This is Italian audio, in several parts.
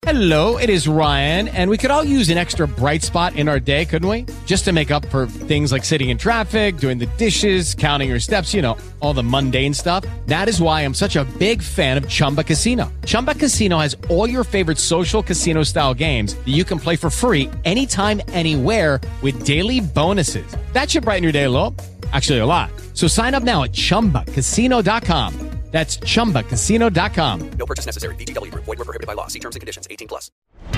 Hello, it is Ryan, and we could all use an extra bright spot in our day, couldn't we? Just to make up for things like sitting in traffic, doing the dishes, counting your steps, you know, all the mundane stuff. That is why I'm such a big fan of Chumba Casino. Chumba Casino has all your favorite social casino-style games that you can play for free anytime, anywhere with daily bonuses. That should brighten your day a little. Actually, a lot. So sign up now at ChumbaCasino.com. That's ChumbaCasino.com. No purchase necessary. VGW Group. Void where prohibited by law. See terms and conditions. 18+.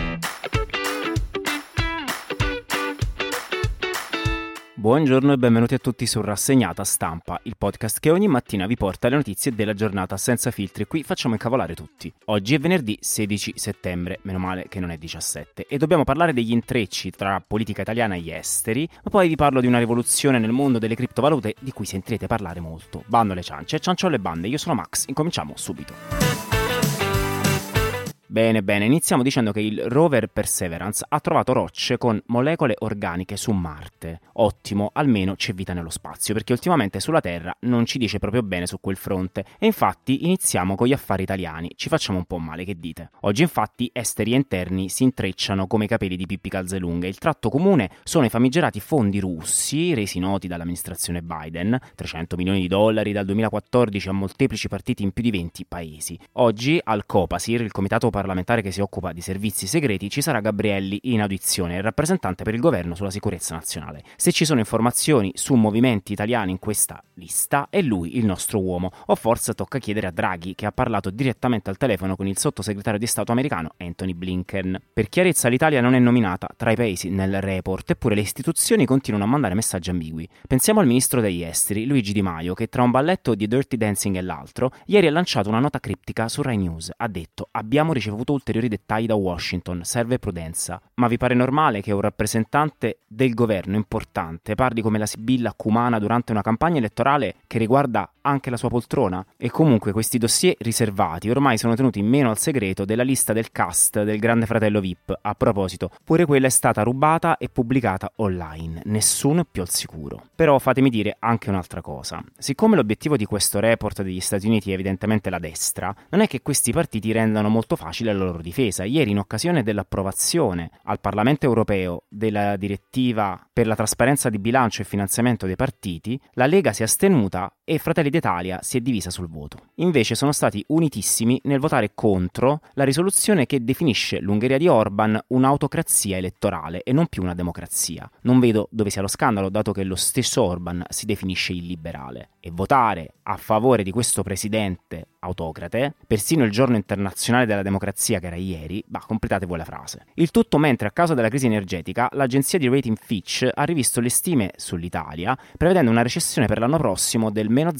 Buongiorno e benvenuti a tutti su Rassegnata Stampa, il podcast che ogni mattina vi porta le notizie della giornata senza filtri. Qui facciamo incavolare tutti. Oggi è venerdì 16 settembre, meno male che non è 17, e dobbiamo parlare degli intrecci tra politica italiana e gli esteri, ma poi vi parlo di una rivoluzione nel mondo delle criptovalute di cui sentirete parlare molto. Bando alle ciance, ciancio alle bande, io sono Max, incominciamo subito. Bene, iniziamo dicendo che il rover Perseverance ha trovato rocce con molecole organiche su Marte. Ottimo, almeno c'è vita nello spazio, perché ultimamente sulla Terra non ci dice proprio bene su quel fronte. E infatti iniziamo con gli affari italiani, ci facciamo un po' male, che dite? Oggi infatti esteri e interni si intrecciano come i capelli di Pippi Calzelunghe. Il tratto comune sono i famigerati fondi russi, resi noti dall'amministrazione Biden, $300 milioni dal 2014 a molteplici partiti in più di 20 paesi. Oggi al Copasir, il comitato parlamentare che si occupa di servizi segreti, ci sarà Gabrielli in audizione, il rappresentante per il governo sulla sicurezza nazionale. Se ci sono informazioni su movimenti italiani in questa lista, è lui il nostro uomo, o forse tocca chiedere a Draghi, che ha parlato direttamente al telefono con il sottosegretario di Stato americano Anthony Blinken. Per chiarezza, l'Italia non è nominata tra i paesi nel report, eppure le istituzioni continuano a mandare messaggi ambigui. Pensiamo al ministro degli esteri, Luigi Di Maio, che tra un balletto di Dirty Dancing e l'altro, ieri ha lanciato una nota criptica su Rai News. Ha detto: abbiamo ricevuto ulteriori dettagli da Washington, serve prudenza. Ma vi pare normale che un rappresentante del governo importante parli come la Sibilla Cumana durante una campagna elettorale che riguarda anche la sua poltrona? E comunque questi dossier riservati ormai sono tenuti meno al segreto della lista del cast del Grande Fratello VIP. A proposito, pure quella è stata rubata e pubblicata online, nessuno è più al sicuro. Però fatemi dire anche un'altra cosa. Siccome l'obiettivo di questo report degli Stati Uniti è evidentemente la destra, non è che questi partiti rendano molto facile la loro difesa. Ieri, in occasione dell'approvazione al Parlamento europeo della direttiva per la trasparenza di bilancio e finanziamento dei partiti, la Lega si è astenuta e Fratelli d'Italia si è divisa sul voto. Invece sono stati unitissimi nel votare contro la risoluzione che definisce l'Ungheria di Orban un'autocrazia elettorale e non più una democrazia. Non vedo dove sia lo scandalo, dato che lo stesso Orban si definisce illiberale. E votare a favore di questo presidente autocrate, persino il giorno internazionale della democrazia che era ieri, completate voi la frase. Il tutto mentre, a causa della crisi energetica, l'agenzia di rating Fitch ha rivisto le stime sull'Italia, prevedendo una recessione per l'anno prossimo del meno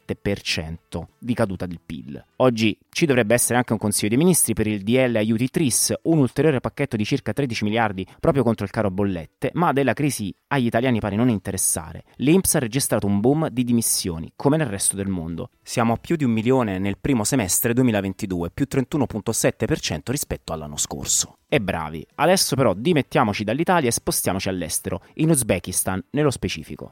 0,7% di caduta del PIL. Oggi ci dovrebbe essere anche un Consiglio dei Ministri per il DL aiuti tris, un ulteriore pacchetto di circa 13 miliardi proprio contro il caro bollette, ma della crisi agli italiani pare non interessare. L'INPS ha registrato un boom di dimissioni, come nel resto del mondo. Siamo a più di 1 milione nel primo semestre 2022, più 31,7% rispetto all'anno scorso. E bravi, adesso però dimettiamoci dall'Italia e spostiamoci all'estero, in Uzbekistan nello specifico.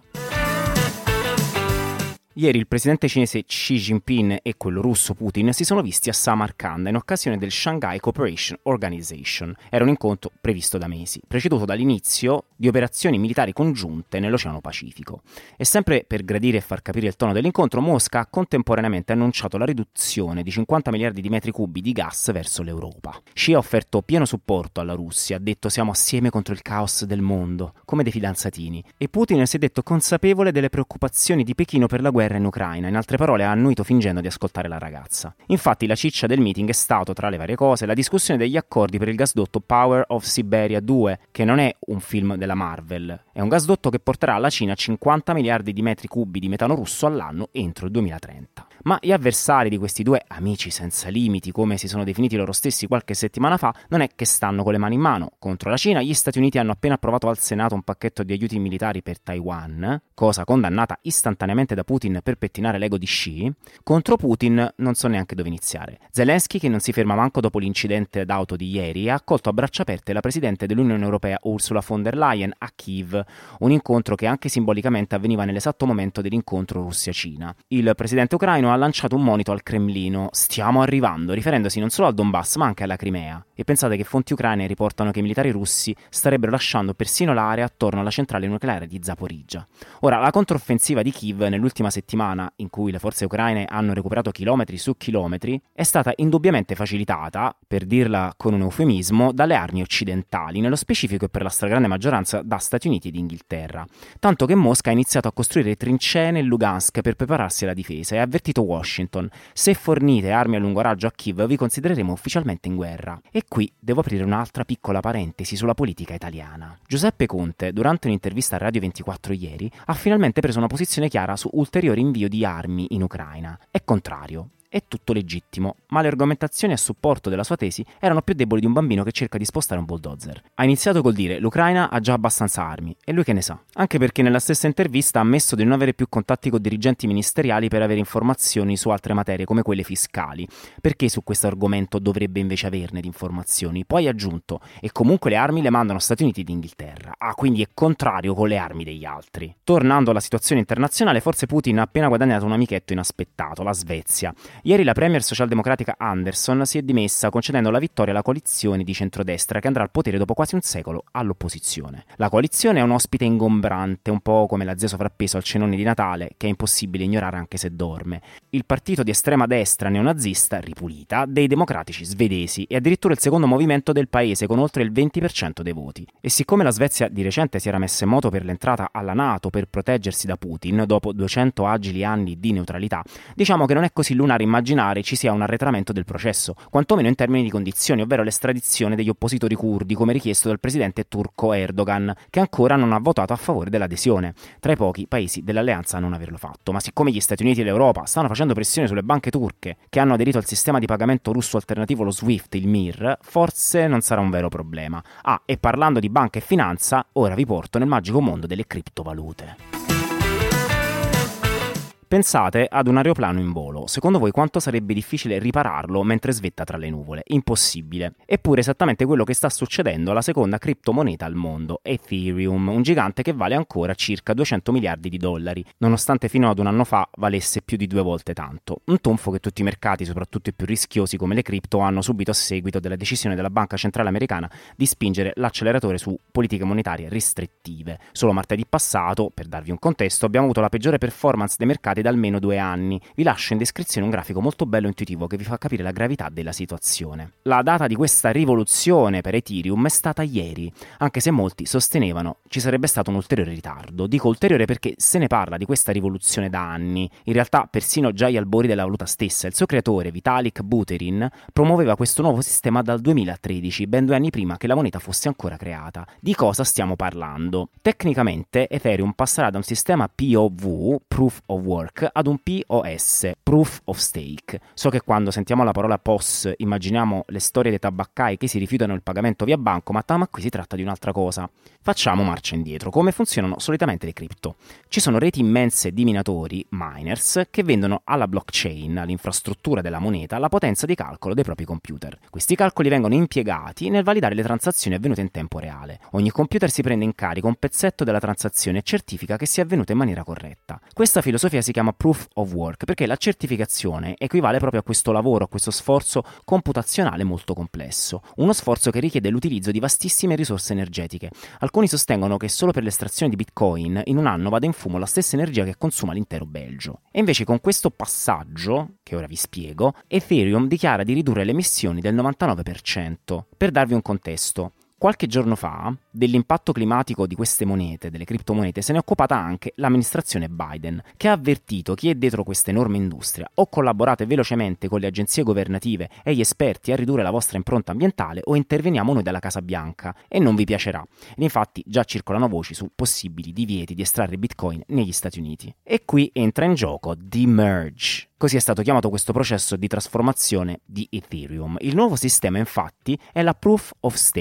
Ieri il presidente cinese Xi Jinping e quello russo Putin si sono visti a Samarkand in occasione del Shanghai Cooperation Organization. Era un incontro previsto da mesi, preceduto dall'inizio di operazioni militari congiunte nell'Oceano Pacifico. E sempre per gradire e far capire il tono dell'incontro, Mosca ha contemporaneamente annunciato la riduzione di 50 miliardi di metri cubi di gas verso l'Europa. Xi ha offerto pieno supporto alla Russia, ha detto: siamo assieme contro il caos del mondo, come dei fidanzatini. E Putin si è detto consapevole delle preoccupazioni di Pechino per la guerra in Ucraina, in altre parole ha annuito fingendo di ascoltare la ragazza. Infatti la ciccia del meeting è stato, tra le varie cose, la discussione degli accordi per il gasdotto Power of Siberia 2, che non è un film della Marvel, è un gasdotto che porterà alla Cina 50 miliardi di metri cubi di metano russo all'anno entro il 2030. Ma gli avversari di questi due amici senza limiti, come si sono definiti loro stessi qualche settimana fa, non è che stanno con le mani in mano. Contro la Cina, gli Stati Uniti hanno appena approvato al Senato un pacchetto di aiuti militari per Taiwan, cosa condannata istantaneamente da Putin per pettinare l'ego di Xi. Contro Putin non so neanche dove iniziare. Zelensky, che non si ferma manco dopo l'incidente d'auto di ieri, ha accolto a braccia aperte la presidente dell'Unione Europea Ursula von der Leyen a Kiev, un incontro che anche simbolicamente avveniva nell'esatto momento dell'incontro Russia-Cina. Il presidente ucraino ha lanciato un monito al Cremlino: stiamo arrivando, riferendosi non solo al Donbass ma anche alla Crimea. E pensate che fonti ucraine riportano che i militari russi starebbero lasciando persino l'area attorno alla centrale nucleare di Zaporizhzhia. Ora, la controffensiva di Kiev nell'ultima settimana, in cui le forze ucraine hanno recuperato chilometri su chilometri, è stata indubbiamente facilitata, per dirla con un eufemismo, dalle armi occidentali, nello specifico e per la stragrande maggioranza da Stati Uniti ed Inghilterra. Tanto che Mosca ha iniziato a costruire trincee nel Lugansk per prepararsi alla difesa e ha avvertito Washington: se fornite armi a lungo raggio a Kiev vi considereremo ufficialmente in guerra. E qui devo aprire un'altra piccola parentesi sulla politica italiana. Giuseppe Conte, durante un'intervista a Radio 24 ieri, ha finalmente preso una posizione chiara su ulteriore invio di armi in Ucraina. È contrario. È tutto legittimo, ma le argomentazioni a supporto della sua tesi erano più deboli di un bambino che cerca di spostare un bulldozer. Ha iniziato col dire: l'Ucraina ha già abbastanza armi, e lui che ne sa? Anche perché nella stessa intervista ha ammesso di non avere più contatti con dirigenti ministeriali per avere informazioni su altre materie come quelle fiscali. Perché su questo argomento dovrebbe invece averne di informazioni? Poi ha aggiunto: e comunque le armi le mandano Stati Uniti ed Inghilterra. Ah, quindi è contrario con le armi degli altri. Tornando alla situazione internazionale, forse Putin ha appena guadagnato un amichetto inaspettato, la Svezia. Ieri la premier socialdemocratica Andersson si è dimessa concedendo la vittoria alla coalizione di centrodestra che andrà al potere dopo quasi un secolo all'opposizione. La coalizione è un ospite ingombrante, un po' come la zia sovrappeso al cenone di Natale, che è impossibile ignorare anche se dorme. Il partito di estrema destra neonazista, ripulita, dei democratici svedesi e addirittura il secondo movimento del paese con oltre il 20% dei voti. E siccome la Svezia di recente si era messa in moto per l'entrata alla NATO per proteggersi da Putin dopo 200 agili anni di neutralità, diciamo che non è così lunare immaginare ci sia un arretramento del processo, quantomeno in termini di condizioni, ovvero l'estradizione degli oppositori curdi come richiesto dal presidente turco Erdogan, che ancora non ha votato a favore dell'adesione, tra i pochi paesi dell'alleanza a non averlo fatto. Ma siccome gli Stati Uniti e l'Europa stanno facendo pressione sulle banche turche che hanno aderito al sistema di pagamento russo alternativo, lo SWIFT, il MIR, forse non sarà un vero problema. Ah, e parlando di banca e finanza, ora vi porto nel magico mondo delle criptovalute. Pensate ad un aeroplano in volo. Secondo voi quanto sarebbe difficile ripararlo mentre svetta tra le nuvole? Impossibile. Eppure esattamente quello che sta succedendo alla seconda criptomoneta al mondo, Ethereum, un gigante che vale ancora circa 200 miliardi di dollari, nonostante fino ad un anno fa valesse più di 2 volte tanto. Un tonfo che tutti i mercati, soprattutto i più rischiosi come le cripto, hanno subito a seguito della decisione della Banca Centrale Americana di spingere l'acceleratore su politiche monetarie restrittive. Solo martedì passato, per darvi un contesto, abbiamo avuto la peggiore performance dei mercati da almeno 2 anni. Vi lascio in descrizione un grafico molto bello e intuitivo che vi fa capire la gravità della situazione. La data di questa rivoluzione per Ethereum è stata ieri, anche se molti sostenevano ci sarebbe stato un ulteriore ritardo. Dico ulteriore perché se ne parla di questa rivoluzione da anni, in realtà persino già agli albori della valuta stessa. Il suo creatore, Vitalik Buterin, promuoveva questo nuovo sistema dal 2013, ben 2 anni prima che la moneta fosse ancora creata. Di cosa stiamo parlando? Tecnicamente Ethereum passerà da un sistema POV, Proof of Work, ad un POS, Proof of Stake. So che quando sentiamo la parola POS immaginiamo le storie dei tabaccai che si rifiutano il pagamento via bancomat, ma qui si tratta di un'altra cosa. Facciamo marcia indietro. Come funzionano solitamente le cripto? Ci sono reti immense di minatori, miners, che vendono alla blockchain, all'infrastruttura della moneta, la potenza di calcolo dei propri computer. Questi calcoli vengono impiegati nel validare le transazioni avvenute in tempo reale. Ogni computer si prende in carico un pezzetto della transazione e certifica che sia avvenuta in maniera corretta. Questa filosofia si chiama Proof of Work perché la certificazione equivale proprio a questo lavoro, a questo sforzo computazionale molto complesso, uno sforzo che richiede l'utilizzo di vastissime risorse energetiche. Alcuni sostengono che solo per l'estrazione di Bitcoin in un anno vada in fumo la stessa energia che consuma l'intero Belgio. E invece con questo passaggio, che ora vi spiego, Ethereum dichiara di ridurre le emissioni del 99%. Per darvi un contesto, qualche giorno fa dell'impatto climatico di queste monete, delle criptomonete, se ne è occupata anche l'amministrazione Biden, che ha avvertito chi è dietro questa enorme industria: o collaborate velocemente con le agenzie governative e gli esperti a ridurre la vostra impronta ambientale, o interveniamo noi dalla Casa Bianca e non vi piacerà. Ed infatti già circolano voci su possibili divieti di estrarre Bitcoin negli Stati Uniti. E qui entra in gioco Demerge. Così è stato chiamato questo processo di trasformazione di Ethereum. Il nuovo sistema, infatti, è la Proof of Stake, letteralmente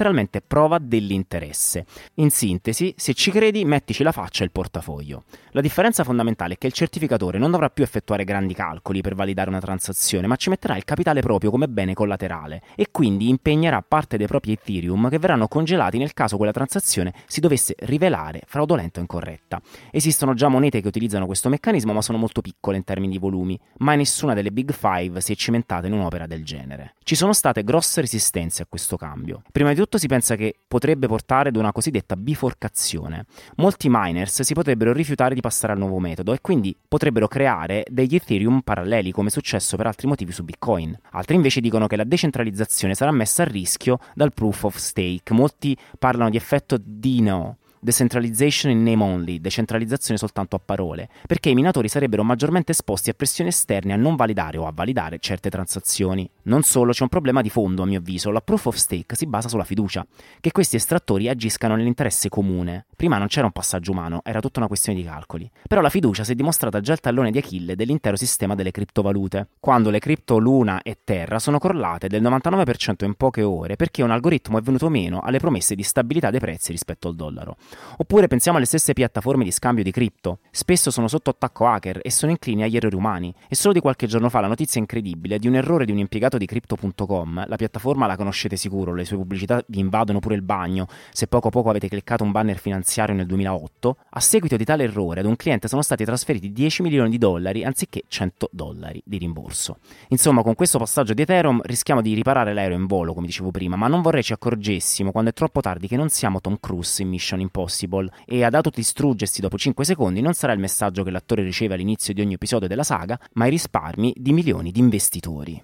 letteralmente prova dell'interesse. In sintesi, se ci credi, mettici la faccia e il portafoglio. La differenza fondamentale è che il certificatore non dovrà più effettuare grandi calcoli per validare una transazione, ma ci metterà il capitale proprio come bene collaterale e quindi impegnerà parte dei propri Ethereum che verranno congelati nel caso quella transazione si dovesse rivelare fraudolenta o incorretta. Esistono già monete che utilizzano questo meccanismo, ma sono molto piccole in termini di volumi. Mai nessuna delle Big Five si è cimentata in un'opera del genere. Ci sono state grosse resistenze a questo cambio. Prima di tutto si pensa che potrebbe portare ad una cosiddetta biforcazione. Molti miners si potrebbero rifiutare di passare al nuovo metodo e quindi potrebbero creare degli Ethereum paralleli, come è successo per altri motivi su Bitcoin. Altri invece dicono che la decentralizzazione sarà messa a rischio dal proof of stake. Molti parlano di effetto DiNo, Decentralization in name only, decentralizzazione soltanto a parole, perché i minatori sarebbero maggiormente esposti a pressioni esterne a non validare o a validare certe transazioni. Non solo, c'è un problema di fondo a mio avviso: la proof of stake si basa sulla fiducia, che questi estrattori agiscano nell'interesse comune. Prima non c'era un passaggio umano, era tutta una questione di calcoli. Però la fiducia si è dimostrata già il tallone di Achille dell'intero sistema delle criptovalute, quando le cripto Luna e Terra sono crollate del 99% in poche ore perché un algoritmo è venuto meno alle promesse di stabilità dei prezzi rispetto al dollaro. Oppure pensiamo alle stesse piattaforme di scambio di cripto. Spesso sono sotto attacco hacker e sono inclini agli errori umani. E solo di qualche giorno fa la notizia incredibile di un errore di un impiegato di Crypto.com, la piattaforma la conoscete sicuro, le sue pubblicità vi invadono pure il bagno se poco a poco avete cliccato un banner finanziario nel 2008. A seguito di tale errore ad un cliente sono stati trasferiti $10 milioni anziché $100 di rimborso. Insomma, con questo passaggio di Ethereum rischiamo di riparare l'aereo in volo, come dicevo prima, ma non vorrei ci accorgessimo quando è troppo tardi che non siamo Tom Cruise in Mission Impossible e ad autodistruggersi dopo 5 secondi non sarà il messaggio che l'attore riceve all'inizio di ogni episodio della saga, ma i risparmi di milioni di investitori.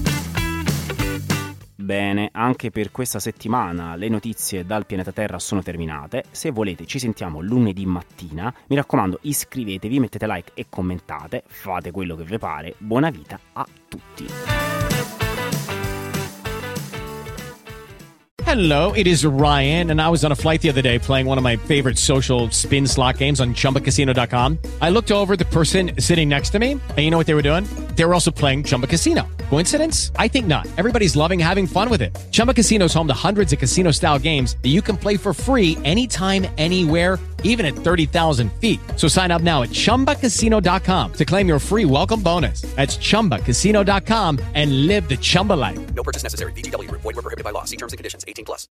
Bene, anche per questa settimana le notizie dal pianeta Terra sono terminate. Se volete ci sentiamo lunedì mattina. Mi raccomando, iscrivetevi, mettete like e commentate, fate quello che vi pare. Buona vita a tutti. Hello, it is Ryan, and I was on a flight the other day playing one of my favorite social spin slot games on ChumbaCasino.com. I looked over at the person sitting next to me, and you know what they were doing? They were also playing Chumba Casino. Coincidence? I think not. Everybody's loving having fun with it. Chumba Casino is home to hundreds of casino-style games that you can play for free anytime, anywhere, even at 30,000 feet. So sign up now at ChumbaCasino.com to claim your free welcome bonus. That's ChumbaCasino.com and live the Chumba life. No purchase necessary. VGW Group. Void where prohibited by law. See terms and conditions. 18+.